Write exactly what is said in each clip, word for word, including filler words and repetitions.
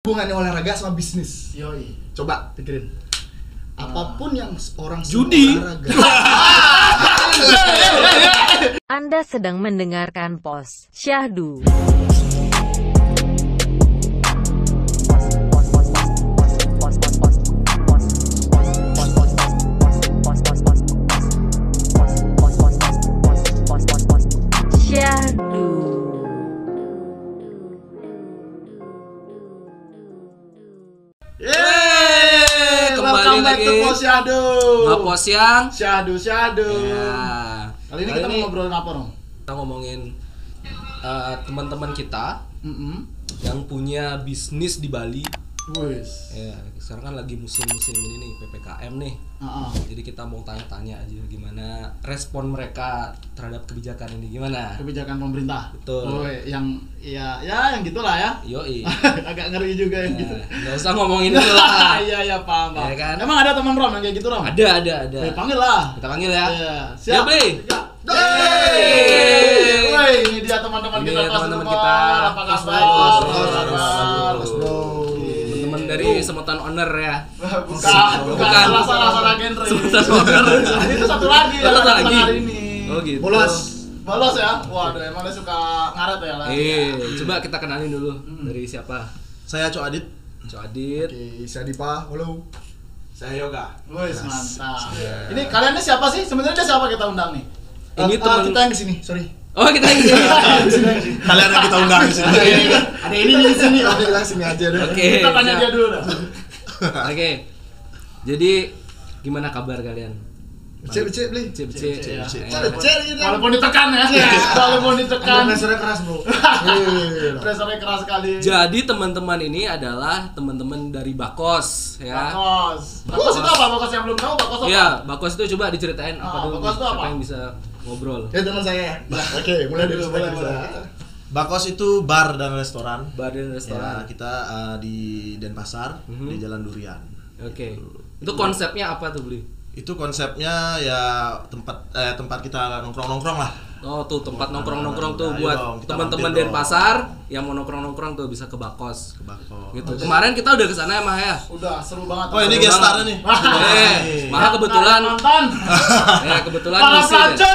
Hubungannya olahraga sama bisnis. Yoi. Coba pikirin. Apapun yang orang judi. Olahraga. Anda sedang mendengarkan Pos Syahdu. Syahdu. Yeay, kembali welcome back lagi. to Pos Syahdu. Ngapos yang Syahdu, Syahdu. ya. Kali ini kita mau ngobrolin apa, Rom? Kita ngomongin uh, teman-teman kita Mm-mm. yang punya bisnis di Bali. Wis. Ya, sekarang kan lagi musim-musim ini nih P P K M nih. Heeh. Jadi kita mau tanya-tanya aja gimana respon mereka terhadap kebijakan ini, gimana? Kebijakan pemerintah. Betul. Oh, yang ya ya yang gitulah ya. Yoi. Agak ngeri juga yang gitu. Ya, nggak usah ngomongin itu lah. Iya, iya, paham, paham. Ya kan? Emang ada teman Rom yang kayak gitu, Rom? Ada, ada, ada. Eh, panggil lah. Kita panggil ya. Iya. Ya, Siap. Bli. Tiga. Yeay. Woi, ini dia teman-teman Ini kita, dia Kos teman-teman Bro. kita. Apa Kos kabar? Bro. Kos Kos Bro. Bro. Kos Bro. Teman dari Semutan Owner ya. Bukan, bukan, Bukan. salah salah salah genre. Semutan Owner. Itu satu lagi yang Satu datang lagi. hari ini. Oh gitu. Bolos. Bolos ya? Waduh, emang dia suka ngaret ya lah. Eh, coba kita kenalin dulu dari siapa? Saya Cok Adit. Cok Adit. Oke, saya Dipa. Halo. Saya Yoga. Wih, mantap. Ini kalian ini siapa sih? Sebenarnya dia siapa kita undang nih? Ini Eh, eh, teman. kita yang kesini, sorry. Oh, kita ini. Kalian yang kita undang di sini. Ada ini, ada ini di sini. Ada yang sini aja deh. Oke. Kita tanya siap. dia dulu dah. Oke. Jadi gimana kabar kalian? Becek, becek, Bli. Cip Cip, cip. cip, Eh, Becek gitu. Walaupun ditekan ya. Walaupun ditekan. Pressure keras, Bro. Iya. Pressure keras sekali. Jadi teman-teman ini adalah teman-teman dari Bakos ya. Bakos. Bakos itu apa? Bakos yang belum tahu, Bakos apa? Iya, Bakos itu coba diceritain apa Ah, dulu Bakos itu siapa apa? yang bisa ngobrol. Ya teman saya. Oke, mulai dari Boleh, sana boleh. bisa. Bakos itu bar dan restoran. Bar dan Ya, restoran. kita uh, di Denpasar, Mhm. di Jalan Durian. Oke. Itu konsepnya apa tuh, Bli? Itu konsepnya ya tempat eh tempat kita nongkrong-nongkrong lah. Oh, tuh tempat nongkrong-nongkrong tuh Ayo buat dong, kita teman-teman mampir dong. Denpasar yang mau nongkrong-nongkrong tuh bisa ke Bakos. Ke Bakos. Gitu. Kemarin kita udah kesana ya, Mah ya. Udah seru banget. Oh, ini Seru guest banget. star nih. Eh, Maha kebetulan nonton. ya kebetulan Para ngisi deh. pelacur.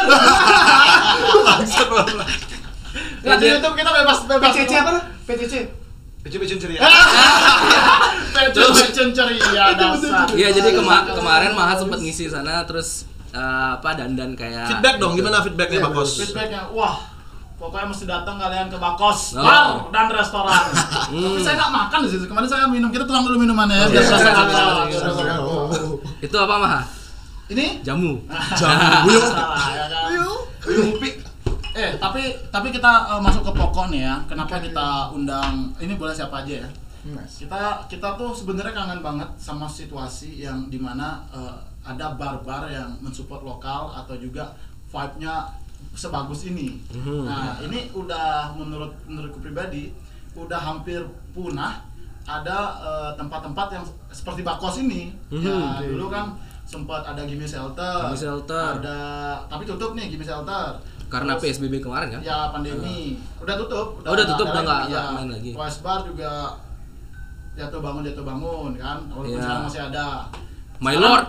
Ya, Nah, di dia- YouTube kita bebas bebas. P C C apa? P C C. Pecin-pecin ceria. Pecun pecun ceria dasar. Iya, jadi kema- kemarin Maha sempat ngisi sana terus eh, apa dandan kayak Feedback dong, gitu. gimana feedbacknya Iya, Bakos? Feedbacknya, wah, pokoknya mesti datang kalian ke Bakos, Oh. bar dan restoran. Tapi saya nggak makan di situ. Kemarin saya minum. Kita tuang dulu minumannya ya. Oh, biar iya. rasa Iya, rasa. iya, Biar iya, rasa- iya. oh. Itu apa, Maha? Ini Jamu. Jamu. Yuk. salah ya kan. Yupi. Eh, tapi tapi kita eh, masuk ke pokok nih ya. Kenapa kita undang? Ini boleh siapa aja ya? Mas. Kita kita tuh sebenarnya kangen banget sama situasi yang dimana eh, ada bar-bar yang mensupport lokal atau juga vibe-nya sebagus ini. Mhm. Nah, ini udah menurut menurutku pribadi udah hampir punah. Ada eh, tempat-tempat yang seperti Bakos ini. Mhm, Ya, oke. dulu kan sempat ada Gimme Shelter. Gimme Shelter. Ada tapi tutup nih Gimme Shelter. Karena Terus- P S B B kemarin kan? Ya pandemi. Udah tutup. Oh, udah tutup, udah ada nggak- lagi. nggak Ya, main lagi. West Bar juga jatuh bangun jatuh bangun kan. Walaupun Iya. sekarang masih ada. My Sekarang- Lord.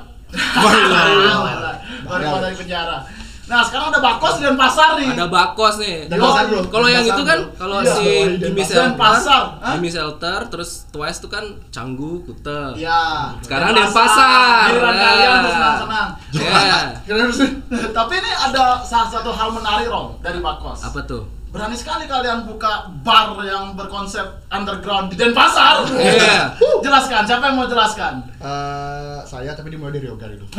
Baru keluar dari penjara. Nah, sekarang ada Bakos dan Pasar nih. Ada Bakos nih. Dan Yo, pasar, Bro. Kalau Dan yang pasar, itu kan Bro. kalau Iya. si Dan Gimme pasar. Shelter, Pasar, hah? Gimme Shelter, terus Twice itu kan Canggu, Kute. Iya. Sekarang Denpasar. Giliran Ya. kalian tuh senang-senang. Ya. Tapi ini ada salah satu hal menarik Rom dari Bakos. Apa tuh? Berani sekali kalian buka bar yang berkonsep underground di Denpasar. Iya. Jelaskan, siapa yang mau jelaskan? Eh, saya tapi dimulai dari yoga dulu.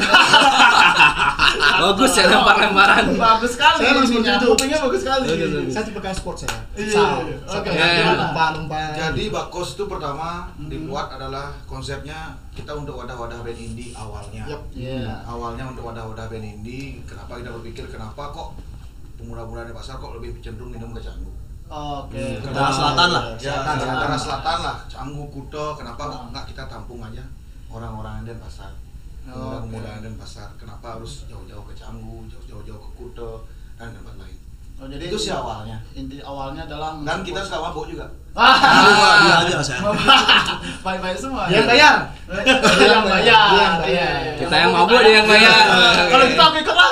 Bagus ya lempar-lemparan. Bagus sekali. Saya langsung ininya, itu. kupingnya bagus sekali. Bagus, bagus. Saya tipe kayak sport saya. Iya, Sal. iya. Saya Oke. kayak Iya. lompat-lompat. Jadi Bakos itu pertama dibuat adalah konsepnya kita untuk wadah-wadah band indie awalnya. Yup. Iya. Awalnya untuk wadah-wadah band indie. Kenapa kita berpikir kenapa kok pemuda-pemuda di pasar kok lebih cenderung minum ke Canggu? Oke. Hmm, Daerah selatan lah. Ya, Selatan, daerah selatan. daerah selatan lah, Canggu, Kuto. Kenapa Ah. nggak kita tampung aja orang-orang yang Denpasar? Pemuda-pemuda yang Denpasar. Kenapa harus jauh-jauh ke Canggu, jauh-jauh ke Kuto dan tempat lain? Oh, jadi Itu sih awalnya. Inti awalnya adalah Kan kita suka mabuk juga. Ah, Dia aja saya. baik-baik semua. Yang bayar. Yang bayar. Dia yang bayar. Iya. Kita yang mabuk dia yang bayar. Kalau kita oke keras.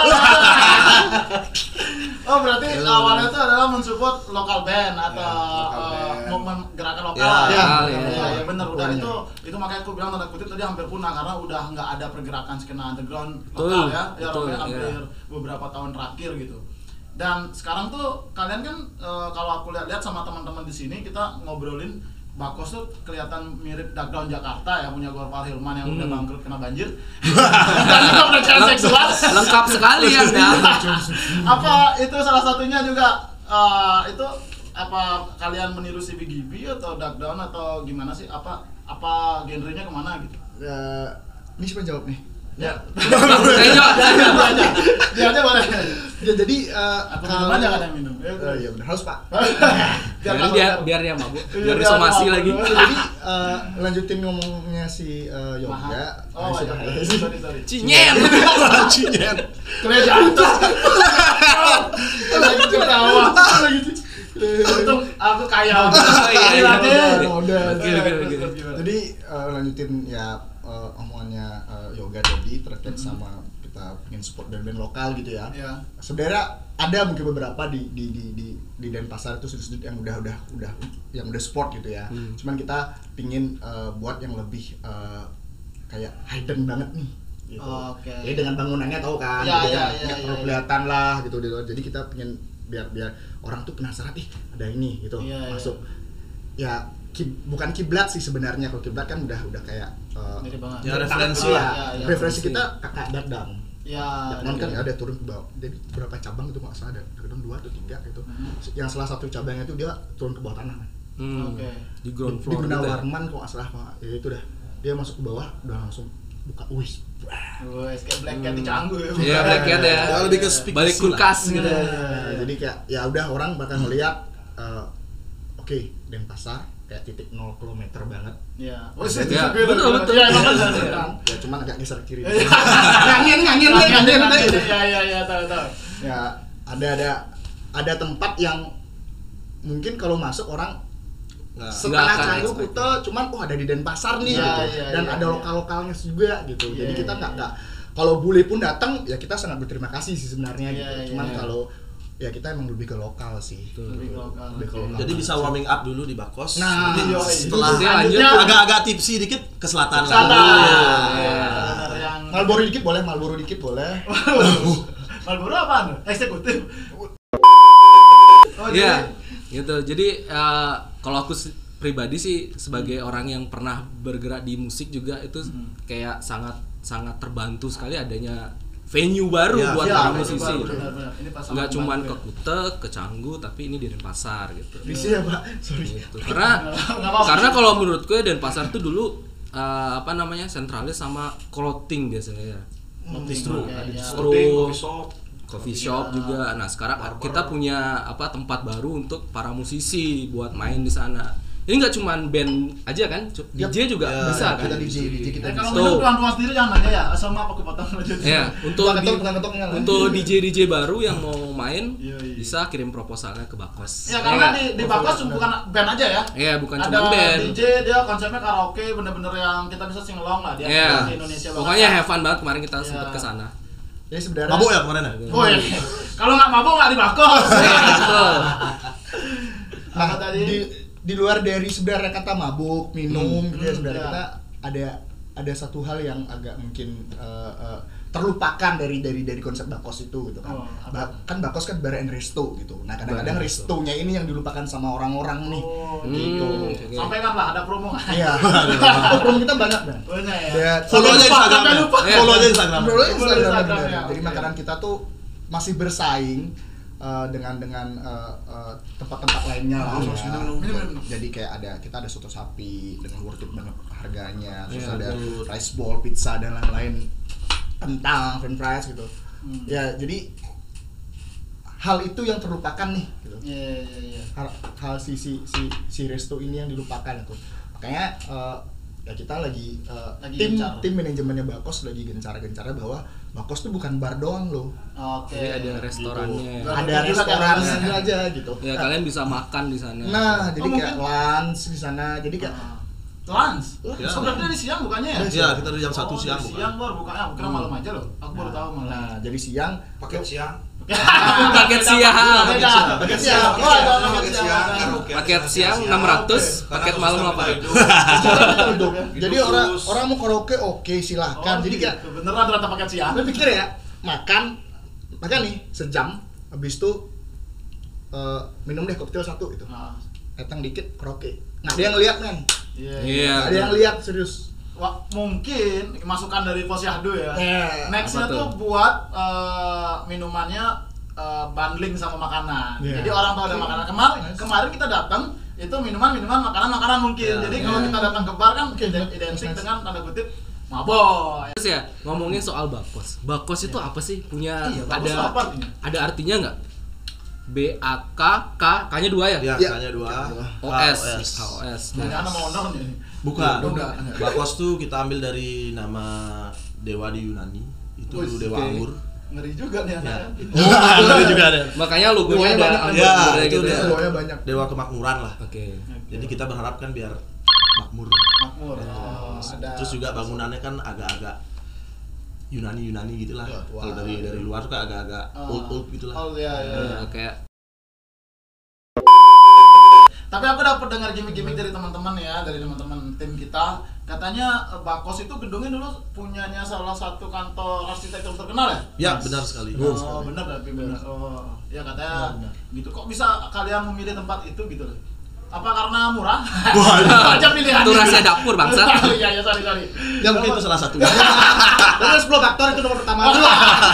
Oh, berarti awalnya itu adalah mensupport lokal band atau Ya, lokal eh, band. movement gerakan lokal. Ya, lah. ya, Iya, ya. iya, benar. Udah Pokoknya. itu itu makanya aku bilang tanda kutip tadi hampir punah karena udah nggak ada pergerakan skena underground Betul, lokal ya. Ya, betul, hampir, hampir ya. beberapa tahun terakhir gitu. Dan sekarang tuh kalian kan eh, kalau aku lihat-lihat sama teman-teman di sini kita ngobrolin Bakos tuh kelihatan mirip Darkdown Jakarta ya, punya Gorval Hilman yang udah Hmm. bangkrut kena banjir. Dan juga pelecehan seksual. Lengkap sekali ya. Apa itu salah satunya juga eh, itu apa kalian meniru si B G B atau Darkdown atau gimana sih? Apa apa genrenya kemana gitu? Eh, ini siapa yang jawab nih? Ya. Ayo, ayo. Dia aja boleh. Ya jadi eh, Aku minum aja kan yang minum. Ya, Eh, iya benar harus Pak. Biar tahu, dia biar- biar dia mabuk, Iya, biar biar disomasi mabuk. lagi. Jadi eh, lanjutin ngomongnya si eh, Yoga. Mahal. Ah, Oh, si iya, Mahal. sorry sorry. Cinyen. Cinyen. Kelihatan tuh. Lagi ketawa. Untung aku kaya. Oh, iya, iya, Nanti. iya. Udah, Oke, oke, oke. Jadi eh, lanjutin ya eh, omongannya eh, Yoga tadi terkait sama kita pengen support band-band lokal gitu ya. Ya. Sebenarnya ada mungkin beberapa di di di di, di Denpasar itu sudut-sudut yang udah udah udah yang udah support gitu ya. Hmm. Cuman kita pingin eh, buat yang lebih eh, kayak hidden banget nih. Gitu. Oke. Jadi dengan bangunannya tahu kan, Ya, gitu ya, kan, ya, nggak ya, perlu ya. kelihatan lah gitu, gitu. Jadi kita pengen biar biar orang tuh penasaran, ih ada ini gitu Iya, iya. masuk. Ya kib- bukan kiblat sih sebenarnya, kalau kiblat kan udah udah kayak eh, Mirip banget. Ya, referensi ya, lah. Ya, ya. referensi kita kakak Darkdown. Ya. Darkdown kan ada turun ke bawah. Jadi beberapa cabang itu nggak salah ada Darkdown dua atau tiga gitu. Hmm. Yang salah satu cabangnya itu dia turun ke bawah tanah. Hmm. Oke. Di ground Di floor gitu ya. Gunawarman kok nggak salah Pak. Ya itu dah. Dia masuk ke bawah udah langsung buka wis. Wes kayak Black Cat di Canggu ya. Iya, Black Cat ya. Ya, lebih ke speakers Balik kulkas gitu. Nah, jadi kayak ya udah orang bakal ngeliat eh, oke Denpasar kayak titik nol kilometer banget. Iya. Wes Ya, itu betul, betul. Ya, emang benar. Ya cuman agak geser kiri. Iya. Ngangin ngangin Iya, ngangin. iya, iya, iya, iya, tahu tahu. Ya ada ada ada tempat yang mungkin kalau masuk orang Nggak. setengah Nggak akan Canggu expect. Kute cuman oh ada di Denpasar nih Iya, gitu. iya, Dan iya, ada iya. lokal-lokalnya juga gitu. Iya, Jadi kita iya, nggak iya. nggak kalau bule pun datang ya kita sangat berterima kasih sih sebenarnya Iya, gitu. iya, Cuman iya. kalau ya kita emang lebih ke lokal sih. Lebih ke lokal. Lebih ke lokal. Jadi bisa warming up dulu di Bakos. Nah, nanti iya, setelah itu lanjut. agak-agak tipsi dikit ke selatan. lah. Selatan. Iya. Benar, yang Marlboro dikit boleh, Marlboro dikit boleh. Marlboro apaan? Eksekutif. Oh, Iya, jadi- gitu. Jadi eh, kalau aku se- pribadi sih sebagai orang yang pernah bergerak di musik juga itu kayak sangat sangat terbantu sekali adanya venue baru Ya, buat Iya, para itu musisi. baru, benar-benar. Ini pasangan Nggak cuman baru ke ya. Kute, ke Canggu, tapi ini di Denpasar gitu. Bisa ya Pak, sorry. Gitu. Karena Nggak apa-apa. karena kalau menurutku ya Denpasar tuh dulu eh, apa namanya sentralis sama clothing biasanya ya. Distro. Ada Iya, distro, Coffee, coffee shop. coffee shop juga. Nah sekarang Barber. kita punya apa tempat baru untuk para musisi buat main di sana. Ini nggak cuman band aja kan, cu- D J juga Ya, bisa kan. Kita D J, D J kita Eh, kalau bisa. Tuh. minum tuan-tuan sendiri jangan nanya ya, sama apa kepotong aja. Ya, untuk Tukang di, ketok, tukang ketoknya lah. untuk D J D J baru yang mau main Iya, iya. bisa kirim proposalnya ke Bakos. Ya karena nggak? di di Bakos bukan band aja ya. Iya, bukan Ada cuma band. D J, dia konsepnya karaoke, bener-bener yang kita bisa sing along lah dia Iya. di Indonesia banget. Pokoknya have fun banget kemarin kita Iya. sempet ke sana. Jadi sebenarnya Mabuk ya kemarin ya? Oh iya. Kalau nggak mabuk nggak di Bakos. Iya, betul. Nah, Apa tadi? di di luar dari sebenarnya kata mabuk, minum gitu ya Hmm, sebenarnya ya. kita ada ada satu hal yang agak mungkin eh, eh, terlupakan dari dari dari konsep Bakos itu gitu kan. Oh, apa? Ba- kan Bakos kan bar and resto gitu. Nah, kadang-kadang Bar and resto. restonya ini yang dilupakan sama orang-orang nih. Oh, gitu. Hmm, oke. Sampaikan lah ada promo. Iya. Oh, promo kita banyak kan. Banyak ya. Ya, Follow aja Sampai lupa, Instagramnya. sampai lupa. Iya. Follow aja Instagram. Bro, Boleh Instagram Instagram, bener. ya, Jadi oke. makanan kita tuh masih bersaing eh, dengan dengan eh, eh, tempat-tempat lainnya lah. Minum, ya. minum, minum. Minum, minum. Jadi kayak ada kita ada soto sapi dengan worth it banget harganya, terus Iya, ada betul. rice ball, pizza dan lain-lain, kentang, french fries gitu. Hmm. Ya jadi hal itu yang terlupakan nih. Gitu. Iya iya iya. Hal, hal si, si si si resto ini yang dilupakan itu. Makanya eh, ya kita lagi, uh, Lagi tim gencar. tim manajemennya Bakos lagi gencar-gencarnya bahwa Bakos tuh bukan bar doang loh. Oke. Jadi ada restorannya. Gitu. Gak Ada ada restoran juga aja gitu. Ya Nah, kalian bisa makan di sana. Nah, jadi Oh, kayak mungkin- lunch di sana. Jadi kayak Ah. Lunch? Ya. Sebenarnya dari siang bukannya ya? Iya, kita dari jam satu Oh, siang dari bukan. siang baru bukanya, aku kira malam aja loh. Aku baru tahu malam. nah, jadi siang Paket siang. Paket siang. Beda. Paket siang. Oh, ada Paket paket siang, siang. karaoke. Paket siang Siang. enam ratus, Karena paket khusus malam kami apa? itu. Betul dong ya. Hidup Jadi orang terus. orang mau karaoke oke silahkan. Oh, Jadi kayak gitu. beneran ternyata paket siang. Anda pikir ya, makan makan nih sejam, habis itu eh, minum deh koktail satu itu. Nah, Datang dikit karaoke. Nggak ada yang ngeliat men. iya. Iya. Nggak ada yang lihat serius. Wah, mungkin masukan dari Pos Yahdu ya. Eh, Nextnya apa tuh tuh? buat eh, minumannya eh, bundling sama makanan. Iya. Jadi orang tahu ada Oke. makanan. Kemarin Nice. kemarin kita datang itu minuman minuman makanan makanan mungkin. Iya. Jadi kalau Iya. kita datang ke bar kan Oke, iden- nice. identik Nice. dengan tanda kutip mabok. Terus ya ngomongin soal Bakos. Bakos itu apa sih? Punya Iya, Bakos ada itu apa artinya? ada artinya nggak? B A K K K-nya dua ya? Ya, Ya. hanya dua. O S H O H O S. Jangan nama ownernya nih. Bukan. Bukan. Bakos tuh kita ambil dari nama dewa di Yunani. Itu Wih, dewa oke. anggur. Ngeri juga nih Ya. anaknya. Ada juga ada. Makanya logonya Logonya ada banyak. anggur Ya, anggur itu gitu dia. ya. Logonya banyak. Dewa kemakmuran lah. Oke. Jadi kita berharap kan biar makmur. Makmur. Oh, ada. Terus juga bangunannya kan agak-agak Yunani Yunani gitulah. Ya, wah. Kalau dari dari luar tuh kan agak-agak Ah. old old gitulah. Oh iya iya. iya. Eh, kayak Tapi aku dapat dengar gimmick-gimmick dari teman-teman ya, dari teman-teman tim kita. Katanya eh, Bakos itu gedungnya dulu punyanya salah satu kantor arsitektur terkenal ya? Ya, benar sekali. Oh, benar tapi benar. Oh, ya katanya Benar, benar. gitu. Kok bisa kalian memilih tempat itu gitu loh? Apa karena murah? Wah, Aja pilihan. itu rahasia dapur bangsa. Iya, ya sorry sorry. Ya mungkin itu salah satu. Dan sepuluh faktor itu nomor pertama. Enggak,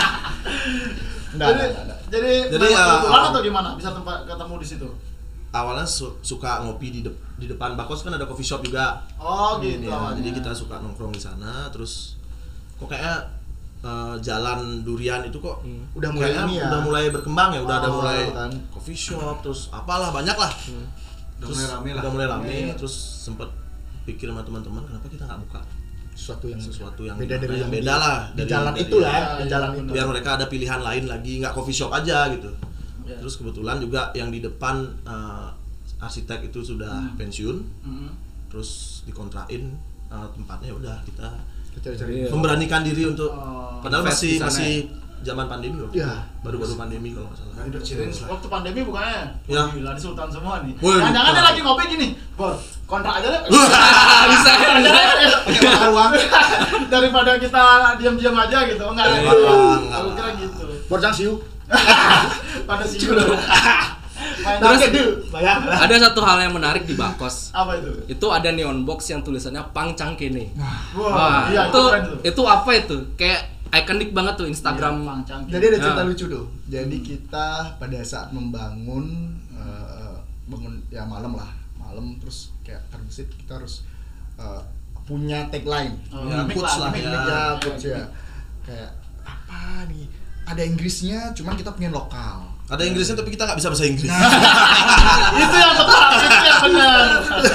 Jadi, enggak, enggak. jadi, Jadi, memang uh, kebetulan atau gimana bisa tempat ketemu di situ? Awalnya su- suka ngopi di dep- di depan Bakos kan ada coffee shop juga. Oh gitu. Ya, awalnya. jadi kita suka nongkrong di sana terus kok kayaknya eh, jalan durian itu kok Hmm. Udah mulai kayaknya ini ya. udah mulai berkembang ya, udah ada Oh, mulai kan. coffee shop terus apalah banyak lah. Udah Terus mulai rame lah. Udah mulai rame, Iya. terus sempet pikir sama teman-teman kenapa kita nggak buka Sesuatu yang sesuatu yang beda dari yang yang beda di- lah di dari jalan dari- itu lah, ya, di ya, jalan benar. itu. biar mereka ada pilihan lain lagi, nggak coffee shop aja gitu. Ya. Terus kebetulan juga yang di depan eh, arsitek itu sudah Hmm. pensiun, Mm-mm. terus dikontrain eh, tempatnya udah kita Kita cari. Iya. memberanikan diri untuk Oh. padahal Invest masih di sana masih zaman pandemi waktu Iya. itu. baru-baru pandemi kalau nggak salah. Kan udah challenge lah. Waktu pandemi bukannya? Ya. Gila, di Sultan semua nih. Woi, Jangan-jangan dia lupa. lagi ngopi gini. Bor, kontrak aja deh. Bisa. Pakai uang. Daripada kita diam-diam aja gitu. Enggak. Enggak, gitu. enggak. Aku kira gitu. Borjang siu. Pada sih dulu. Main Terus raket dulu. Bayang. ada satu hal yang menarik di Bakos. Apa itu? Itu ada neon box yang tulisannya Pang Cangkene. Wah, Wah, iya, itu keren tuh. itu apa itu? Kayak ikonik banget tuh Iya, Instagram. Pang Cangkene. Jadi ada cerita Ya. lucu tuh. Jadi kita pada saat membangun eh, bangun ya malam lah, malam terus kayak terbesit kita harus eh, punya tagline. Oh, Ya, gimmick quotes lah, gimmick, ya. gimmick, Ya, ya. coach ya. Kayak apa nih? Ada Inggrisnya, cuman kita punya lokal. Ada Inggrisnya tapi kita nggak bisa bahasa Inggris. Itu yang tepat, itu yang benar.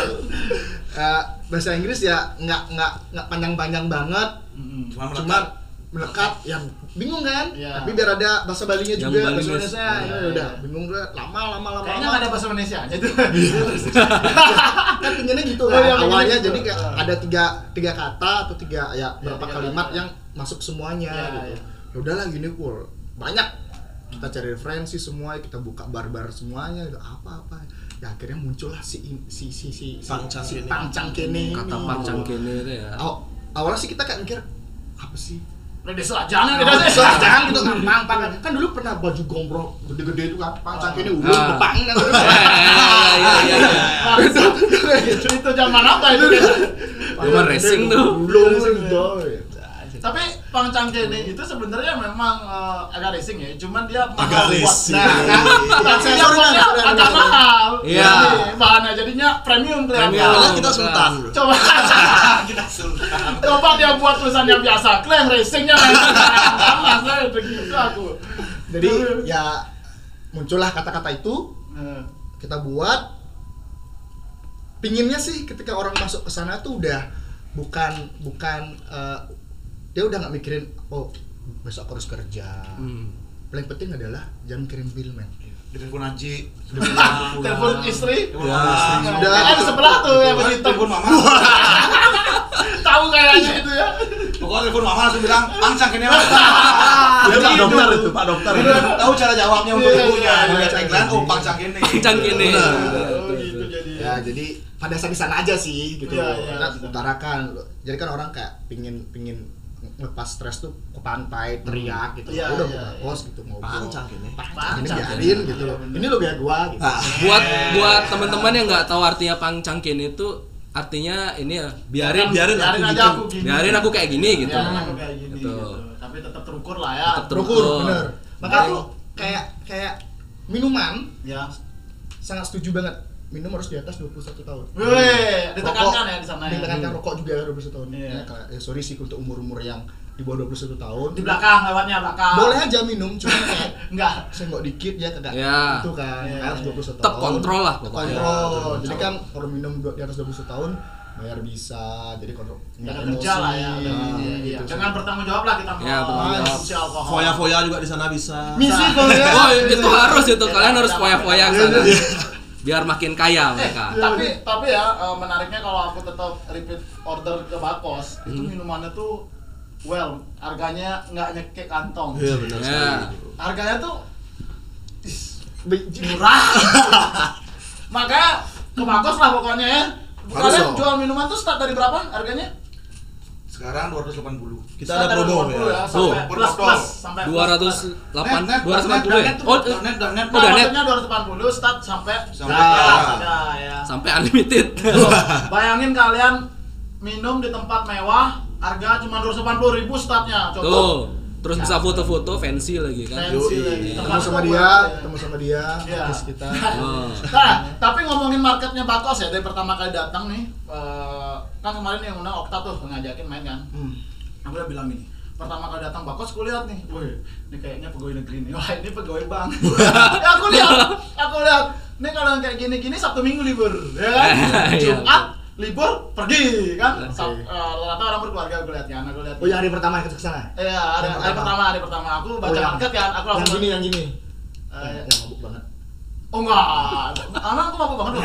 Eh, bahasa Inggris ya nggak nggak nggak panjang-panjang banget, Mm-mm. Cuma melekat. cuman melekat ya bingung kan? Iya. Tapi biar ada bahasa Balinya Yang juga, Balinese. bahasa Indonesia ya Iya, udah iya. bingung udah lama lama lama. Kayaknya lama. nggak ada bahasa Indonesia aja tuh. Kan pinginnya gitu Oh, kan. iya, pinginnya Awalnya gitu. jadi kayak Ah. ada tiga tiga kata atau tiga ya berapa tiga kalimat kata. yang masuk semuanya Iya, gitu. iya. Ya udahlah gini pur banyak kita cari referensi semua, kita buka bar-bar semuanya gitu. apa-apa ya akhirnya muncullah si si si si si Pang Cangkene. si Pang Cangkene Kata ini. Pang Cangkene itu ya. Aw- awalnya sih kita kayak mikir apa sih Udah selajang Nah, udah jangan gitu kan pang pang kan dulu pernah baju gombrong gede-gede itu kan Pang Cangkene ulun Ah. bepang kan Iya iya iya. itu itu zaman apa itu? Zaman racing tuh. belum gitu. Tapi Pang Cangkene itu sebenarnya memang eh, agak racing ya, cuman dia Agak mahal buat. racing. Nah, tapi Saya dia sorry, buatnya sorry, sorry, agak sorry. mahal. Iya. Jadi, bahannya jadinya premium kelihatan. Premium. Padahal kita sultan bro. Coba Kita sultan. coba dia buat tulisannya biasa, klaim racingnya kan. Masa itu gitu aku. Jadi ya muncullah kata-kata itu Eh, kita buat pinginnya sih ketika orang masuk ke sana tuh udah bukan bukan uh, dia udah nggak mikirin oh besok aku harus kerja. Hmm. Paling penting adalah jangan mikirin bill men. Telepon Aji, Telepon istri. telepon Ya. mama. Sudah. Eh, di sebelah tuh yang begitu. Telepon mama. Tahu kayaknya itu ya. Pokoknya telepon mama langsung bilang, "Pangsang ini, Mas." Itu Pak dokter itu, Pak dokter. Dia tahu cara jawabnya untuk Iya, ibunya. iya, Dia iya. tagline, "Oh, pangsang ini." Pangsang ini. Benar. Oh gitu jadi. Ya jadi pada saat di sana aja sih gitu. Iya, iya, Kita bisa. utarakan. Jadi kan orang kayak pingin pingin ngelepas stres tuh ke pantai teriak gitu. Iya, Udah iya, buka iya. kos gitu ngobrol. Pancang ini. Pancang ini Pancang. biarin gitu. Iya, bener. Ini lo biar gua gitu. Ah. Buat buat teman-teman yang nggak tahu artinya pangcangkin itu artinya ini ya biarin biarin biarin aku aja gitu. aku gini. biarin aku kayak gini gitu. Biarin aku kayak gini Gitu. gitu. Tapi tetap terukur lah ya. Tetap Terukur, terukur. bener. Makanya tuh kayak kayak minuman Ya. sangat setuju banget. Minum harus di atas dua puluh satu tahun. Wih, ditekankan Rokok, ya di sana ya. Ditekankan rokok juga dua puluh satu tahun. Iya. Ya, kayak, eh, sorry sih untuk umur-umur yang di bawah dua puluh satu tahun. Di belakang lewatnya belakang. Boleh aja minum, cuma kayak Enggak. senggok dikit ya kagak Ya. itu kan. Iya, Harus iya. dua puluh satu Tetap tahun. kontrol lah pokoknya. Kontrol. Jadi kan kalau minum di atas dua puluh satu tahun bayar bisa. Jadi kontrol. Jangan kerja lah ya. Nah, Iya, iya. gitu sih. Jangan bertanggung jawab lah kita mau Ya, bertanggung jawab. konsumsi alkohol. Foya-foya juga di sana bisa. Misi kalau ya. Oh itu harus itu kalian harus Iya, foya-foya ke sana. Biar makin kaya Eh, mereka. tapi tapi ya eh, menariknya kalau aku tetap repeat order ke Bakos itu Hmm. minumannya tuh well harganya nggak nyekek kantong. Iya benar Ya. sekali. Harganya tuh is, Be- murah. Makanya ke Bakos lah pokoknya ya. Harus Kalian dong. jual minuman tuh start dari berapa harganya? Sekarang dua ratus delapan puluh. Kita Start ada dari promo dua puluh ya. Tuh. sampai plus plus sampai dua ratus delapan Net, net, dua ratus delapan puluh ya? net, Oh, net, net, net, net. Oh, udah net. maksudnya dua ratus delapan puluh start sampai Sampai ya, ya. ya, ya. sampai unlimited. Tuh, bayangin kalian minum di tempat mewah harga cuma dua ratus delapan puluh ribu startnya. Coba. Tuh, terus bisa foto-foto fancy lagi kan. Fancy Yoi. lagi. Ketemu Tempat sama itu dia, buat- ketemu sama dia, Iya. terus kita. Oh. Nah, tapi ngomongin marketnya Bakos ya dari pertama kali datang nih, eh, kan kemarin yang undang Okta tuh ngajakin main kan. Hmm. Aku udah bilang gini, pertama kali datang Bakos aku lihat nih, wih, ini kayaknya pegawai negeri nih, wah ini pegawai bank. Ya aku lihat, aku lihat, ini kalau yang kayak gini-gini Sabtu Minggu libur, ya kan? Iya. Jumat libur pergi kan? Oke. Sab, eh, rata orang berkeluarga aku lihatnya, aku lihat. Oh, yang hari pertama ikut ke sana. Iya, hari, Yang hari pertama. pertama, hari pertama aku baca Oh, yang- market kan, aku Yang langsung gini, yang gini. Eh, Yang mabuk banget. Oh enggak, anak aku mabuk banget loh.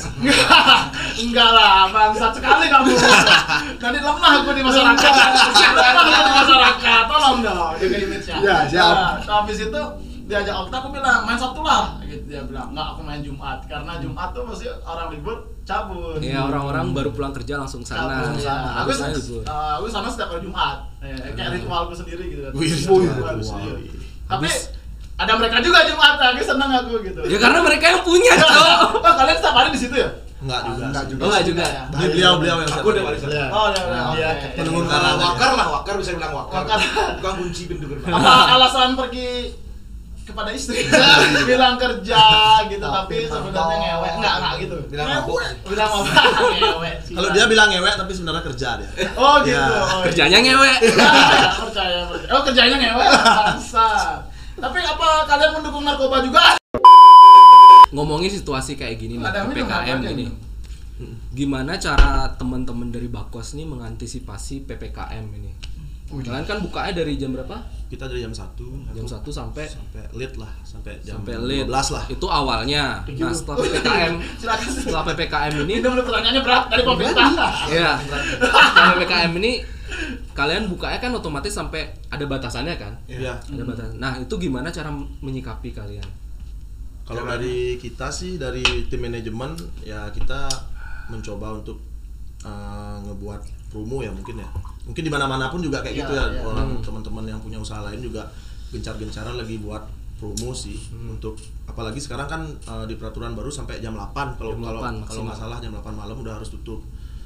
Enggak lah, bangsat sekali kamu. Nanti lemah aku di masyarakat. Lemah aku di masyarakat, tolong dong jaga image-nya. Ya, siap. Nah, habis itu diajak Okta, aku bilang main Sabtu lah. Gitu dia bilang, enggak aku main Jumat karena Jumat tuh pasti orang libur cabut. Ya orang-orang baru pulang kerja langsung sana. Cabut, ya. Aku Harus aja libur. eh, aku sana setiap hari Jumat. Eh, kayak ritualku sendiri gitu kan. Wih, Ritual, ritual. iya. Tapi ada mereka juga Jumat, aku seneng aku gitu. Ya karena mereka yang punya, Cok. Oh, kalian setiap hari di situ ya? Enggak juga. Enggak sih. juga. Oh, enggak juga. ya? Ini beliau-beliau yang Aku satu. udah balik sana. Iya. Oh, ya, Nah, oke. dia menunggu Nah, kanan. wakar lah, wakar bisa bilang wakar. Wakar. Bukan kunci pintu gerbang. Apa alasan pergi kepada istri? Bilang kerja gitu, tapi sebenarnya ngewek. Enggak, enggak gitu. Bilang mabuk. Bilang mabuk. Ngewek. Kalau dia bilang ngewek tapi sebenarnya kerja dia. Oh, gitu. Ya, Oh, iya. Kerjanya ngewek. Ya, percaya, percaya. Oh, kerjanya ngewek. Bangsa. Tapi apa kalian mendukung narkoba juga? Ngomongin situasi kayak gini nih, Ada P P minum, K M ada gini. minum. Gimana cara teman-teman dari Bakos nih mengantisipasi P P K M ini? Kalian kan bukanya dari jam berapa? Kita dari jam satu Jam satu sampai sampai late lah, sampai jam sampai dua late belas lah. Itu awalnya. Nah, setelah P P K M, Silakan. setelah P P K M ini Ini udah pertanyaannya berat dari pemerintah. ya, setelah P P K M ini kalian bukanya kan otomatis sampai ada batasannya kan? Iya. Ada batasan. Nah, itu gimana cara menyikapi kalian? Kalau dari kita sih, dari tim manajemen ya kita mencoba untuk uh, ngebuat promo ya mungkin ya. Mungkin di mana-mana pun juga kayak Iya, gitu ya. iya. Orang Hmm. teman-teman yang punya usaha lain juga gencar-gencaran lagi buat promo sih Hmm. untuk apalagi sekarang kan uh, di peraturan baru sampai jam delapan kalau Jam kalau delapan kalau nggak maksimal. salah jam delapan malam udah harus tutup.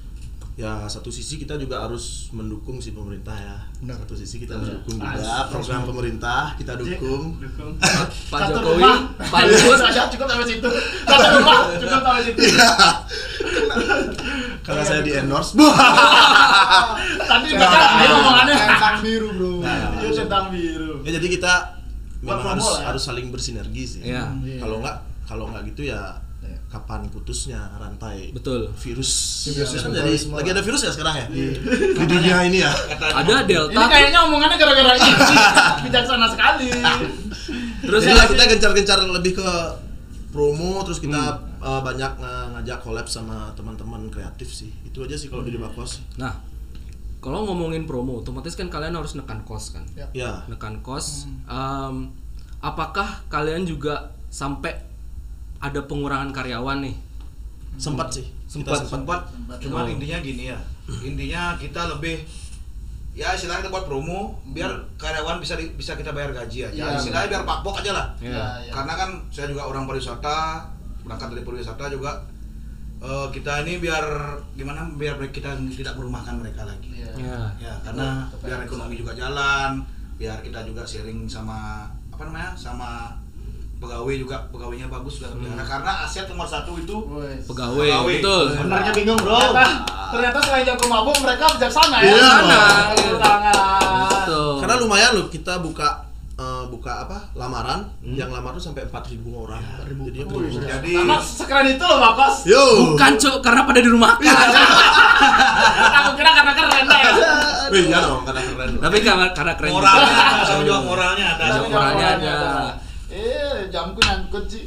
Ya satu sisi kita juga harus mendukung si pemerintah ya. Benar. Satu sisi kita Benar. mendukung Harus. juga program pemerintah, kita dukung. Dukung. Pak Satu Jokowi, rumah. Pak Luhut, Saja cukup sampai situ. Satu rumah cukup sampai situ. Karena saya di endorse. Tadi juga kan dia ngomongannya Centang biru, Bro. Iya, centang biru. Ya jadi kita Buat memang promo harus lah ya. harus saling bersinergi sih. Iya. Kalau nggak kalau nggak gitu ya kapan putusnya rantai Betul. virus. Virus Kan semua, jadi semua. lagi ada virus ya sekarang ya di, di dunia ini ya. Ada Delta. Ini kayaknya omongannya gara-gara ini. Bijaksana sekali. Terus Jadi lah kita gencar-gencar lebih ke promo, terus kita Hmm. uh, banyak uh, ngajak collab sama teman-teman kreatif sih. Itu aja sih kalau di Bakos. Nah, kalau ngomongin promo, otomatis kan kalian harus nekan cost kan? Ya. Nekan cost. Em, apakah kalian juga sampai ada pengurangan karyawan nih? Sempat sih. Sempat. Kita sempat. Sempat, cuman Oh. intinya gini ya, intinya kita lebih ya istilahnya kita buat promo biar karyawan bisa di- bisa kita bayar gaji aja, Iya. istilahnya biar pakpok aja lah. Ya. Ya. Karena kan saya juga orang pariwisata, berangkat dari pariwisata juga eh, kita ini biar gimana biar kita tidak merumahkan mereka lagi. Iya. Ya. Ya, karena Betul, biar betul. ekonomi juga jalan, biar kita juga sharing sama apa namanya sama pegawai juga, pegawainya bagus biar pelihara. Karena aset nomor satu itu Wes. Pegawai, Pegawai. betul. Sebenarnya bingung bro. Ternyata, ternyata selain jago mabuk mereka bijaksana ya. Iya, Bijaksana. Tangan. Betul. Karena lumayan loh kita buka uh, buka apa? Lamaran Hmm. yang lamar tuh sampai empat ribu orang. Jadi itu. Wih, Jadi karena sekeren itu loh Bakos. Yo. Bukan cuk, karena pada di rumah kan. Aku kira karena keren ya. Wih, iya dong, karena keren. Tapi karena karena keren. moralnya, juga. tanggung jawab moralnya ada. Tanggung jawab moralnya ada. Eh, jamku nyangkut sih.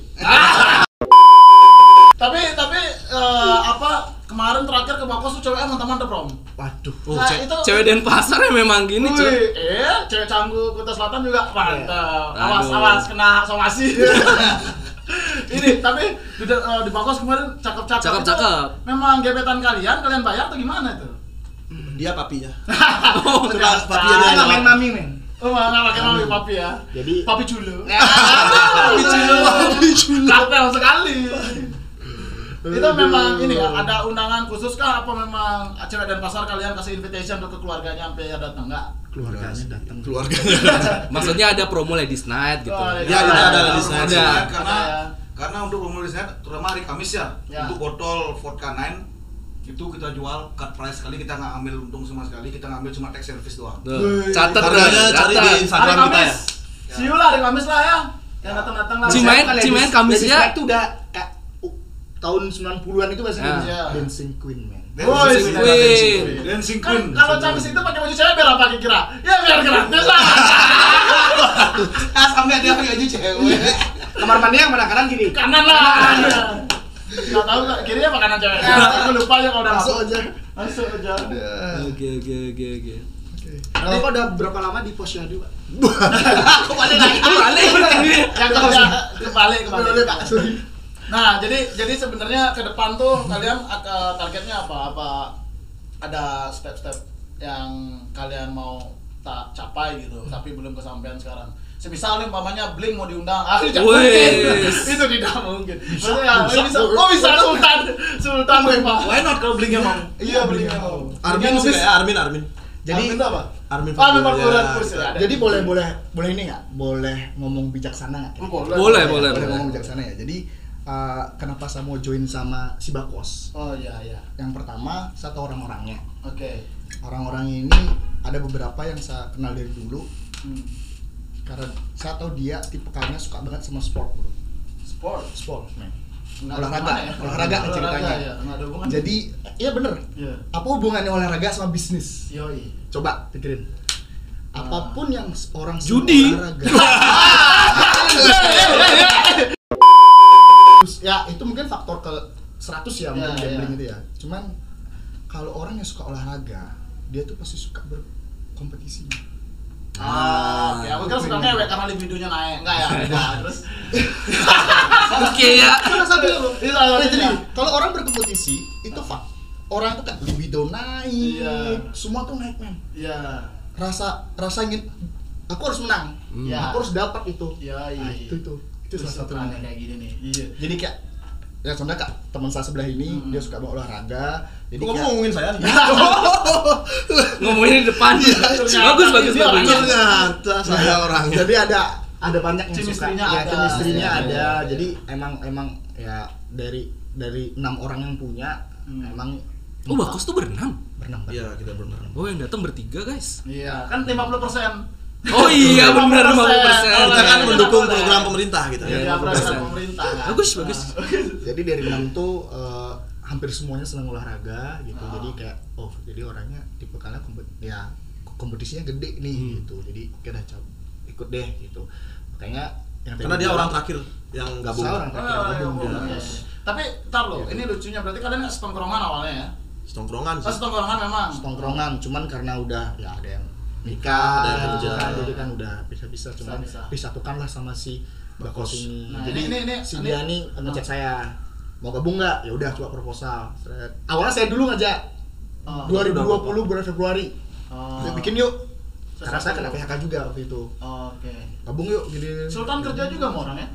Tapi tapi eh, apa kemarin terakhir ke Bakos tuh ceweknya mantap-mantap Rom. Waduh. Oh, Nah, ce- itu- cewek Denpasar ya memang gini Wih, cuk. eh, cewek Canggu Kuta Selatan juga mantap. Awas Aduh. awas kena somasi. Ini tapi di, eh, di Bakos kemarin cakep-cakep. Cakep-cakep. Itu memang gebetan kalian, kalian bayar atau gimana tuh? Dia papinya. Oh, Suka papi Ah, ada yang main nyawat. mami men. Oh, nggak pakai mami papi ya. Jadi Papi culo. Papi culo. Papi culo. Kartel sekali. Itu memang ini ya, ada undangan khusus kah apa memang cewek dan pasar kalian kasih invitation untuk ke keluarganya sampai ya datang enggak? keluarganya datang. Keluarganya. Maksudnya ada promo ladies night gitu. Oh, Ya, kita ada ladies night. Ada. Karena Ada ya. karena untuk penulisnya terutama hari Kamis ya, Ya. untuk botol vodka nine itu kita jual cut price sekali, kita nggak ambil untung sama sekali, kita ngambil cuma tax service doang. Tuh, catet Harganya tuh, cari catet. di Hari Instagram kita ya. Kamis. See you lah hari Kamis lah ya. Yang datang-datang lah. Cimain, Kan Cimain ladies- Kamis ladies ya. night itu udah kayak uh, tahun sembilan puluhan itu bahasa Ya. Indonesia. Ya. Dancing Queen man. Woi, Dancing Queen. Dancing Kan Queen. kalau Camis itu pakai baju cewek biar apa kira? Ya biar gratis lah. Ah, sampai dia pakai baju cewek. Kamar mandi yang mana kanan kiri? Kanan lah. Enggak tahu nggak kiri apa kanan cewek. Aku lupa ya kalau udah Masuk masuk. aja. Masuk aja. Oke oke oke oke. Nah, Bapak udah berapa lama di pos Syahdu, Pak? Kembali lagi. Balik. Yang kerja kembali kembali. Kembali, Pak. Sorry. Nah, jadi jadi sebenarnya ke depan tuh kalian uh, targetnya apa? Apa ada step-step yang kalian mau tak capai gitu, tapi belum kesampaian sekarang. Semisal nih umpamanya Blink mau diundang, ah tidak mungkin. Wes. Itu tidak mungkin. Maksudnya bisa, bisa, oh bisa Sultan, Sultan Pak. Why not kalau Blink-nya mau? Iya Blink mau. Armin juga ya, Armin Armin. Jadi Armin itu apa? Armin Oh, Armin Faktur, Faktur, ya. Faktur, ya. Ada. jadi boleh boleh boleh ini nggak? Boleh ngomong bijaksana nggak? Oh, boleh. Boleh, Ya, boleh, boleh boleh. ngomong bijaksana ya. Jadi uh, kenapa saya mau join sama si Bakos? Oh iya iya. Yang pertama, saya tahu orang-orangnya. Oke. Orang-orang ini ada beberapa yang saya kenal dari dulu. Hmm. Karena saya tahu dia tipe karena suka banget sama sport, bro. Sport. Sport, man. Nggak ada Olahraga, hubungannya ya? olahraga ceritanya. ya, nggak ada hubungan. Jadi, iya bener. Iya. Apa hubungannya olahraga sama bisnis? Yoi. Coba pikirin. Apapun yang orang sedang Judi. olahraga. Terus, ya itu mungkin faktor ke seratus ya mungkin Ya, gambling ya. itu ya. Cuman kalau orang yang suka olahraga, dia tuh pasti suka berkompetisi. Ah, ya aku kan suka ngewek karena libidonya naik. Enggak ya? Enggak. Terus Oke ya. Salah satu ya, bro. Itu salah Nah, satunya. jadi kalau orang berkompetisi itu fak. Orang tuh kan libido naik, Iya. semua tuh naik men. Iya. Rasa rasa ingin aku harus menang, Iya. aku harus dapat itu. Iya, Nah, iya. itu itu itu salah Terus satunya. kayak gini nih. Iya. Jadi kayak ya sebenarnya kak teman saya sebelah ini Hmm. dia suka banget olahraga. Jadi Kamu kayak, ngomongin saya nih. Ngomongin di depan. Bagus bagus Dia bagus. orangnya. Ternyata saya orangnya. jadi ada ada banyak yang suka. Chemistry-nya Ya, ada. chemistry-nya Iya, ada. iya, iya. Jadi emang emang ya dari dari enam orang yang punya Hmm. emang Oh Bakos tuh berenam. berenam. Iya, kita benar. Oh yang datang bertiga guys. Iya, kan lima puluh persen Oh iya benar lima puluh persen. Kita kan Iya, mendukung iya. program pemerintah gitu Iya, ya. Ya, program lima puluh persen. pemerintah. Bagus bagus. Jadi dari enam tuh eh, hampir semuanya senang olahraga gitu. Ah. Jadi kayak oh jadi orangnya tipe kalian kompet ya kompetisinya gede nih Hmm. gitu. Jadi oke dah coba ikut deh gitu. Makanya yang tadi Karena dia bilang, orang terakhir yang gabung. saya orang Oh, terakhir iya, gabung. iya, Iya. iya. Tapi tar lo, ini lucunya berarti kalian nggak setongkrongan awalnya ya? Setongkrongan Oh, sih. setongkrongan memang. Tongkrongan cuman karena udah ya ada yang nikah, Ada yang gitu kerja. kan, jadi kan udah bisa-bisa cuman Bisa-bisa. disatukan lah sama si Bakos ini. Nah, jadi ini- ini- si ini- dia nih ngechat saya mau gabung nggak? Ya udah coba proposal. Seret. Awalnya saya dulu ngajak Oh. dua ribu dua puluh bulan Februari. Oh. Ya, bikin yuk. Karena saya kena Sesuatu. P H K juga waktu itu. Oke. Gabung yuk gini. Sultan kerja juga sama orang ya?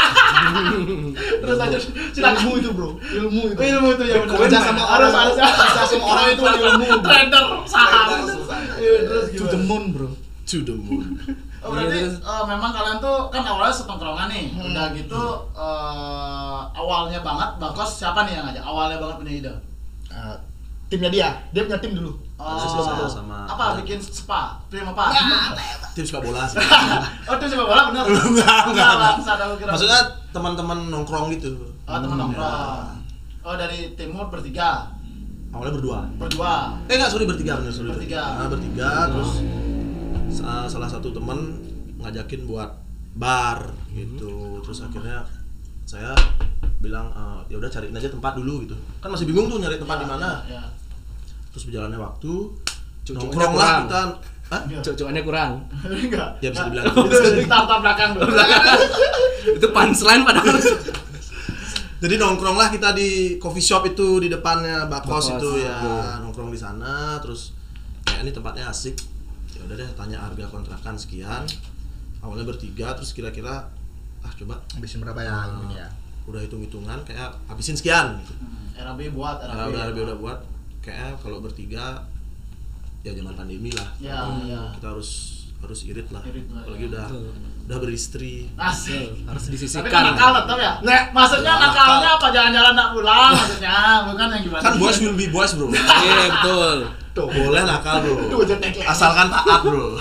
Terus aja silakan. Ilmu itu, Bro. Ilmu itu. Ilmu itu ya benar. Kerja sama harus orang, harus kerja sama orang itu ilmu. trader saham. Iya, terus To gimana? the moon, Bro. To the moon. Oh, berarti Iya, terus. eh, memang kalian tuh kan awalnya setongkrongan nih. Hmm. Udah gitu eh, awalnya banget Bakos siapa nih yang ngajak? Awalnya banget punya ide. Eh, timnya dia, dia punya tim dulu. Oh, Saya sama- apa bikin spa? Tim apa? Tim sepak bola sih. Oh, tim sepak bola bener? Enggak, enggak. Bangsa, aku kira. Maksudnya teman-teman nongkrong gitu. Oh, teman nongkrong. Oh, dari timur bertiga, Awalnya berdua. berdua. Eh enggak, sorry bertiga bener, sorry. Bertiga. Nah, bertiga terus sa- salah satu teman ngajakin buat bar gitu. Terus akhirnya saya bilang e, ya udah cariin aja tempat dulu gitu. Kan masih bingung tuh nyari tempat di mana. Ya. Terus berjalannya waktu Cucunya nongkrong lah kurang. kita. Hah? Cocoknya kurang. Enggak. Ya bisa dibilang. Startup belakang dulu. Itu punchline padahal. Jadi nongkrong lah kita di coffee shop itu di depannya Bakos, Bakos itu ya, betul. nongkrong di sana terus kayak ini tempatnya asik. Ya udah deh tanya harga kontrakan sekian. Awalnya bertiga terus kira-kira ah coba Habisin berapa ya ah, ini ya? udah hitung-hitungan kayak habisin sekian gitu. Hmm, R A B buat, R A B. Nah, udah lebih udah buat kayak kalau bertiga ya zaman pandemi lah. Ya, ya. Kita harus harus irit lah. Irit lah, Apalagi ya. udah udah beristri. Asik. Harus Tapi disisihkan. kan nakal tetap ya? Nah, Maksudnya nakal. nakalnya apa? Jalan-jalan nak pulang maksudnya, bukan yang gimana? Kan boys will be boys, bro. Iya betul. Tuh, Boleh nakal, bro. Tuh, aja tagline. Asalkan taat, bro.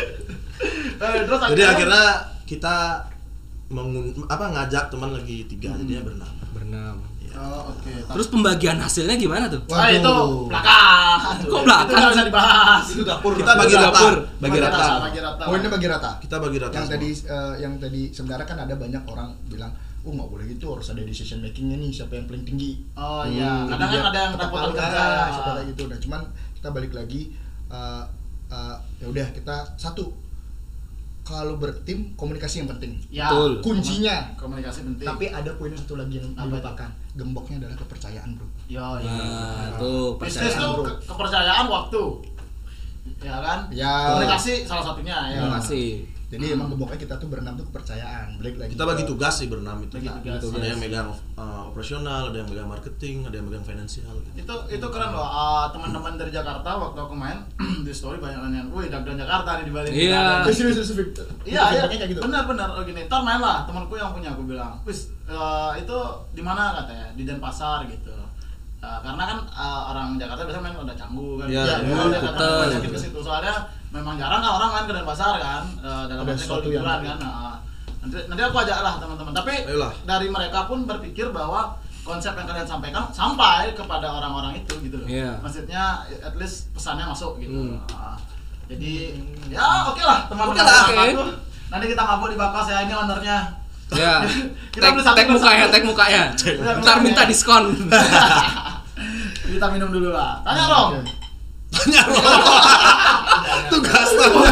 Eh, terus Jadi akhirnya kita mengun apa ngajak teman lagi tiga jadinya berenam. Berenam. Oh, oke. Terus pembagian hasilnya gimana tuh? Wah, itu Waduh. belakang. Kok belakang? Itu nggak bisa dibahas. Itu dapur. Kita bagi Itu rata. dapur, bagi rata. Bagi rata. Poinnya bagi rata. Kita bagi rata. Yang semua. tadi eh, yang tadi sebenarnya kan ada banyak orang bilang, "Oh, nggak boleh gitu, harus ada decision makingnya nih, siapa yang paling tinggi." Oh iya, Hmm, kadang jadi kan dia ada yang tetap repotan tahu, kerja. ah, siapa kayak gitu. Nah, cuman kita balik lagi eh, eh, ya udah kita satu kalau bertim komunikasi yang penting. Ya, Betul. Kuncinya. komunikasi penting. Tapi ada poin satu lagi yang Apa itu? dilupakan. Gemboknya adalah kepercayaan, Bro. Yo, iya. Nah, tuh Bisnis percaya. tuh bro. ke- kepercayaan waktu. Ya kan? Ya. Komunikasi salah satunya ya. Terima kasih. Jadi emang gemboknya kita tuh berenam tuh kepercayaan. Balik lagi. Kita bagi ke- tugas sih berenam itu. Bagi tugas, Ada yes. yang megang uh, operasional, ada yang megang marketing, ada yang megang finansial. Gitu. Itu itu keren loh. Ah, teman-teman dari Jakarta waktu aku main di story banyak yang, "Wih, Dagdan Jakarta nih di Bali." Iya. Eh, serius, serius, serius. Iya, iya. Feedbacknya kayak gitu. Benar-benar oh, gini. Ntar main lah, temanku yang punya aku bilang, "Wis, eh, itu di mana katanya? Di Denpasar gitu." Eh, karena kan eh, orang Jakarta biasanya main ada Canggu kan. Iya, Iya, iya, kalau iya, Jakarta betul. banyakin ke situ. Soalnya memang jarang kan orang main ke Denpasar kan. Eh, dalam Ada arti kalau sesuatu yang- liburan kan. Nah, nanti nanti aku ajak lah teman-teman. Tapi Ayolah. dari mereka pun berpikir bahwa konsep yang kalian sampaikan sampai kepada orang-orang itu gitu loh. Iya. Maksudnya at least pesannya masuk gitu. Hmm. Nah, jadi ya oke lah teman-teman. Oke lah, sama oke. aku. Nanti kita mabuk di Bakos ya, ini ownernya. Ya. Kita Tag, beli satu tag persatu. mukanya, tag mukanya. Tag Ntar minta mukanya. diskon. Kita minum dulu lah. Tanya dong. Tugas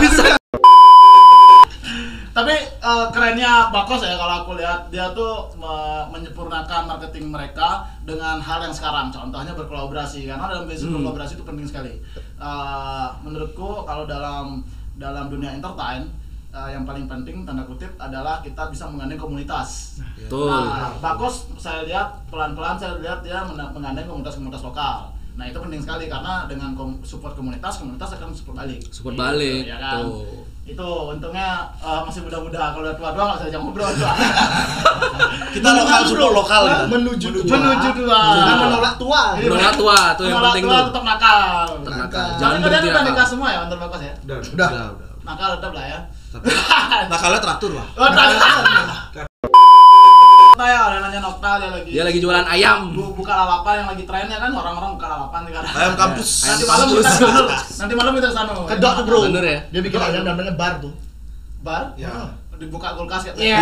Tapi eh, kerennya Bakos ya kalau aku lihat dia tuh me- menyempurnakan marketing mereka dengan hal yang sekarang. Contohnya berkolaborasi karena dalam bisnis Hmm. berkolaborasi itu penting sekali. Eh, menurutku kalau dalam dalam dunia entertain eh, yang paling penting tanda kutip adalah kita bisa menggandeng komunitas. Betul. Nah, Bakos saya lihat pelan-pelan saya lihat dia mena- menggandeng komunitas-komunitas lokal. Nah itu penting sekali karena dengan kom- support komunitas, komunitas akan support balik. Support Gitu, balik. ya kan? Tuh. Itu untungnya eh, masih muda-muda, kalau udah tua-tua nggak bisa ajak ngobrol. Kita lokal support lokal gitu. Menuju tua. Menuju tua. Jangan menolak tua. Iya. Menolak tua tuh yang Menolak penting tua tuh. tetap nakal. Tetap nakal. Nakal. Jangan Jangan kalian berhenti udah nakal. nikah semua ya untuk Bakos ya? Udah, Udah. udah, udah. nakal tetap lah ya. Tapi nakalnya teratur lah. Oh, nakal. Nokta ya, ada nanya Nokta dia lagi. Dia lagi jualan ayam. Bu, buka lalapan yang lagi trennya kan, orang-orang buka lalapan sekarang. Ayam kampus. Nanti malam kita kesana. Nanti malam kita kesana. Kedok tuh bro. Bener ya? Dia bikin ayam namanya bar tuh. Bar? Ya. Dibuka kulkas ya. Iya.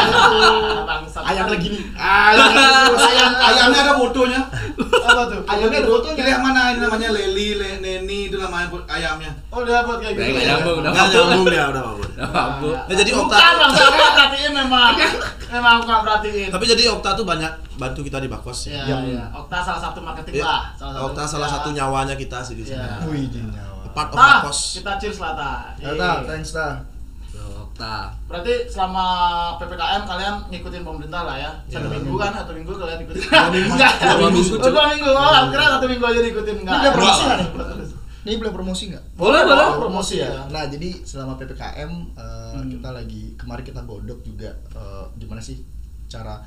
Bangsat. Ayam lagi nih. Ayam, ayam, ayamnya ada fotonya. Apa tuh? Ayamnya ada fotonya. Pilih yang mana? Ini namanya Leli, Le, Neni, itu namanya ayamnya. Oh, udah buat kayak gitu. Nggak nyambung, udah Nggak nyambung dia, udah mabuk. Udah mabuk. Nah, jadi Okta. Bukan, Bang, saya nggak perhatiin memang. Memang aku nggak perhatiin. Tapi jadi Okta tuh banyak bantu kita di Bakos. Iya, Iya. iya. Okta salah satu marketing Iya. lah. Salah satu. Okta salah Ya. satu nyawanya kita sih di sini. Iya. Wih, nyawa. Part of Tah, Bakos. kita cheers lah, Ta. Ya, Iya. Ta, thanks ta. Okta. Berarti selama P P K M kalian ngikutin pemerintah lah ya? Satu Ya. minggu kan? Satu minggu kalian ikutin? minggu. Enggak. Dua minggu, Oh, dua minggu. Oh, aku kira satu minggu aja diikutin. Ini Enggak. boleh promosi Dua. nggak nih? Ini boleh promosi nggak? Boleh, boleh. Promosi ya. Nah, jadi selama P P K M eh, Hmm. kita lagi kemarin kita godok juga eh, gimana sih cara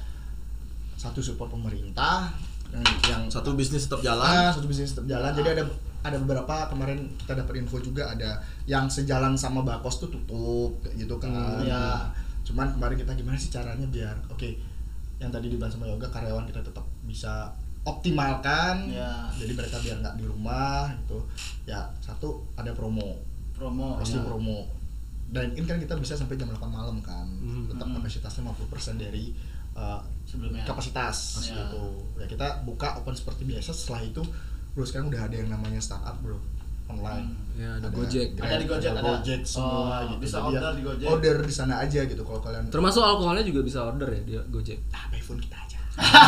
satu support pemerintah yang, yang Satu bisnis tetap jalan. Ah, satu bisnis tetap jalan. Jadi ada ada beberapa kemarin kita dapat info juga ada yang sejalan sama Bakos tuh tutup kayak gitu kan. Hmm, iya. Cuman kemarin kita gimana sih caranya biar oke yang tadi dibahas sama Yoga karyawan kita tetap bisa optimalkan. Iya. Jadi mereka biar nggak di rumah gitu. Ya, satu ada promo. Promo. Pasti ya. promo. Dan ini kan kita bisa sampai jam delapan malam kan. Hmm. Tetap Hmm. kapasitasnya lima puluh persen dari uh, Sebelumnya. kapasitas Ya. gitu. Ya kita buka open seperti biasa. Setelah itu bro sekarang udah ada yang namanya startup bro online. Hmm. Ya, ada Gojek. Grab, Ada di Gojek, ada. Gojek semua Oh, gitu. bisa Jadi order ya, di Gojek. Order di sana aja gitu kalau kalian. Termasuk alkoholnya juga bisa order ya di Gojek. Ah, by phone kita aja.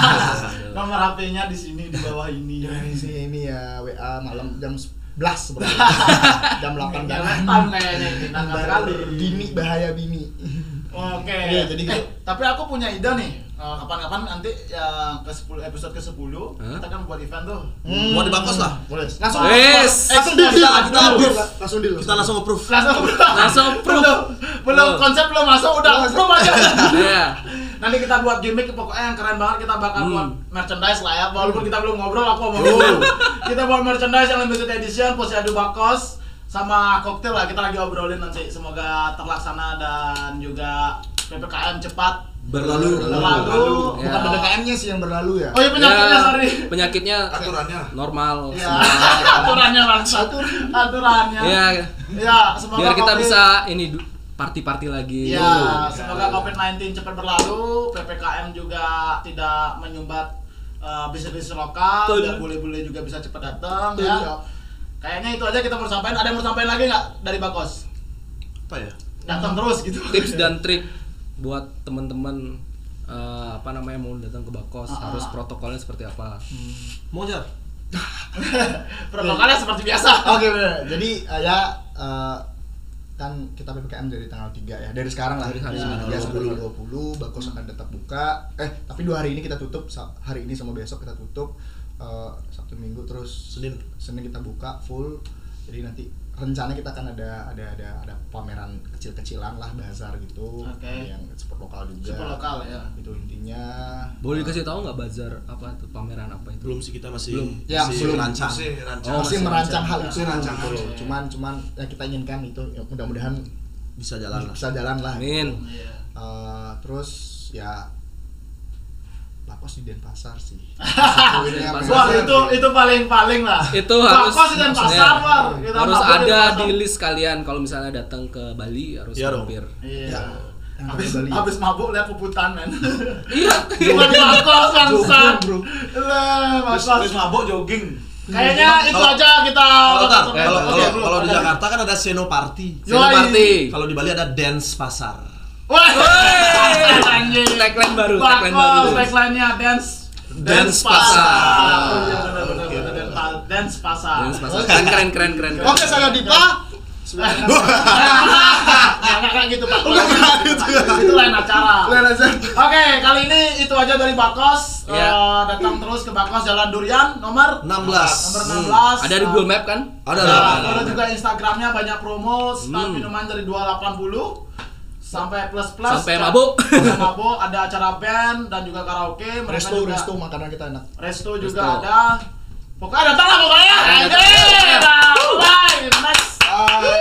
Nomor H P-nya di sini di bawah ini. Ya, ini sih ini ya W A malam jam sebelas bro. jam delapan Jangan kan. kayaknya ini nakal sekali. Bini bahaya bini. Oke. Iya, jadi gitu. Eh, tapi aku punya ide nih. Eh, kapan-kapan nanti yang ke sepuluh episode ke sepuluh Hah? kita kan buat event tuh. Hmm. Mau di Bakos lah. Boleh. Langsung. Wes. Langsung deal, deal, Langsung langsung deal. deal, langsung deal. Kita langsung approve. Langsung Langsung proof. belum belum Oh. konsep belum masuk udah belum aja. Iya. Nanti kita buat gimmick pokoknya yang keren banget kita bakal Hmm. buat merchandise lah ya. Walaupun kita belum ngobrol aku ngomong dulu. Kita buat merchandise yang limited edition Posyandu Bakos sama koktail lah kita lagi obrolin nanti semoga terlaksana dan juga P P K M cepat Berlalu. berlalu. Ya. Bukan P P K M-nya sih yang berlalu ya. Oh iya penyakitnya Ya, sorry. Penyakitnya Aturannya. normal. Ya, aturannya langsung. Aturannya. Iya. Ya, semoga Biar kita COVID bisa ini du- party-party lagi. Ya, semoga covid sembilan belas cepat berlalu, P P K M juga tidak menyumbat uh, bisnis-bisnis lokal, Betul. dan bule-bule juga bisa cepat datang Betul, ya. ya. Kayaknya itu aja kita mau sampaikan. Ada yang mau sampaikan lagi nggak dari Bakos? Apa ya? Datang terus gitu. Tips dan trik buat teman-teman eh, apa namanya mau datang ke Bakos Ah, harus ah. protokolnya seperti apa? Mau aja. Protokolnya seperti biasa. Oke, bener. Jadi uh, ya uh, kan kita P P K M dari tanggal tiga ya. Dari sekarang lah. Dari hari Ya, Senin ya, dua sampai puluh. tanggal dua puluh Bakos akan tetap buka. Eh, tapi dua hari ini kita tutup. Sa- Hari ini sama besok kita tutup. Uh, Sabtu Minggu terus Senin. Senin kita buka full. Jadi nanti rencana kita akan ada ada ada ada pameran kecil-kecilan lah bazar gitu. Oke. Ada yang support lokal juga. Support lokal ya. Itu intinya. Boleh dikasih tahu nggak bazar apa tuh pameran apa itu? Belum sih kita masih Belum. Ya, masih belum. merancang. Masih rancang. Oh, masih masih merancang hal masih itu. rancang. Betul. Cuman cuman yang kita inginkan itu ya, mudah-mudahan Bisa jalan lah. bisa jalan lah. Amin. Iya. Eh, terus ya Bakos di Denpasar sih. Denpasar. Wah, itu itu paling-paling lah. Itu harus Bakos dan pasar, ya, War. Kita harus nggak boleh ada pasar. di list kalian kalau misalnya datang ke Bali harus Iya dong. mampir. Iya. Ya, yang Habis dari Bali. habis mabuk lihat puputan men. Iya. Cuma di Bakos bangsat. Bro. Lah, Terus Bakos. terus mabuk jogging. Kayaknya itu Kalau- aja kita Kalau tar, Oke, kalau oke, kalau belum. kalau di Oke. Jakarta kan ada Seno Party. Seno Yoi. party. Kalau di Bali ada Dance Pasar. Wah, Wey. anjing. Tagline baru, tagline baru. Bakos, tagline-nya dance Dance pasar. Oh iya benar benar Oke. benar dance- dance pasar. Dan pasar. Keren keren keren keren. keren. Oke, saya Dipa. Nggak nggak kayak gitu Pak. Itu lain acara. Kalian aja. Oke, kali ini itu aja dari Bakos. Iya. Eh, datang terus ke Bakos Jalan Durian nomor enam belas. Nomor enam belas. Ada di Google Map kan? Ada Ada, ada. ada juga Instagramnya banyak promo, start Hmm. minuman dari dua ratus delapan puluh sampai plus plus Sampai mabuk. Sampai mabuk, ada acara band dan juga karaoke. Mereka Resto, juga, resto makanan kita enak. Resto juga Resto. ada. Pokoknya datang lah pokoknya. Ayo, Anjir. datang. Nah, bye. Next. Ah.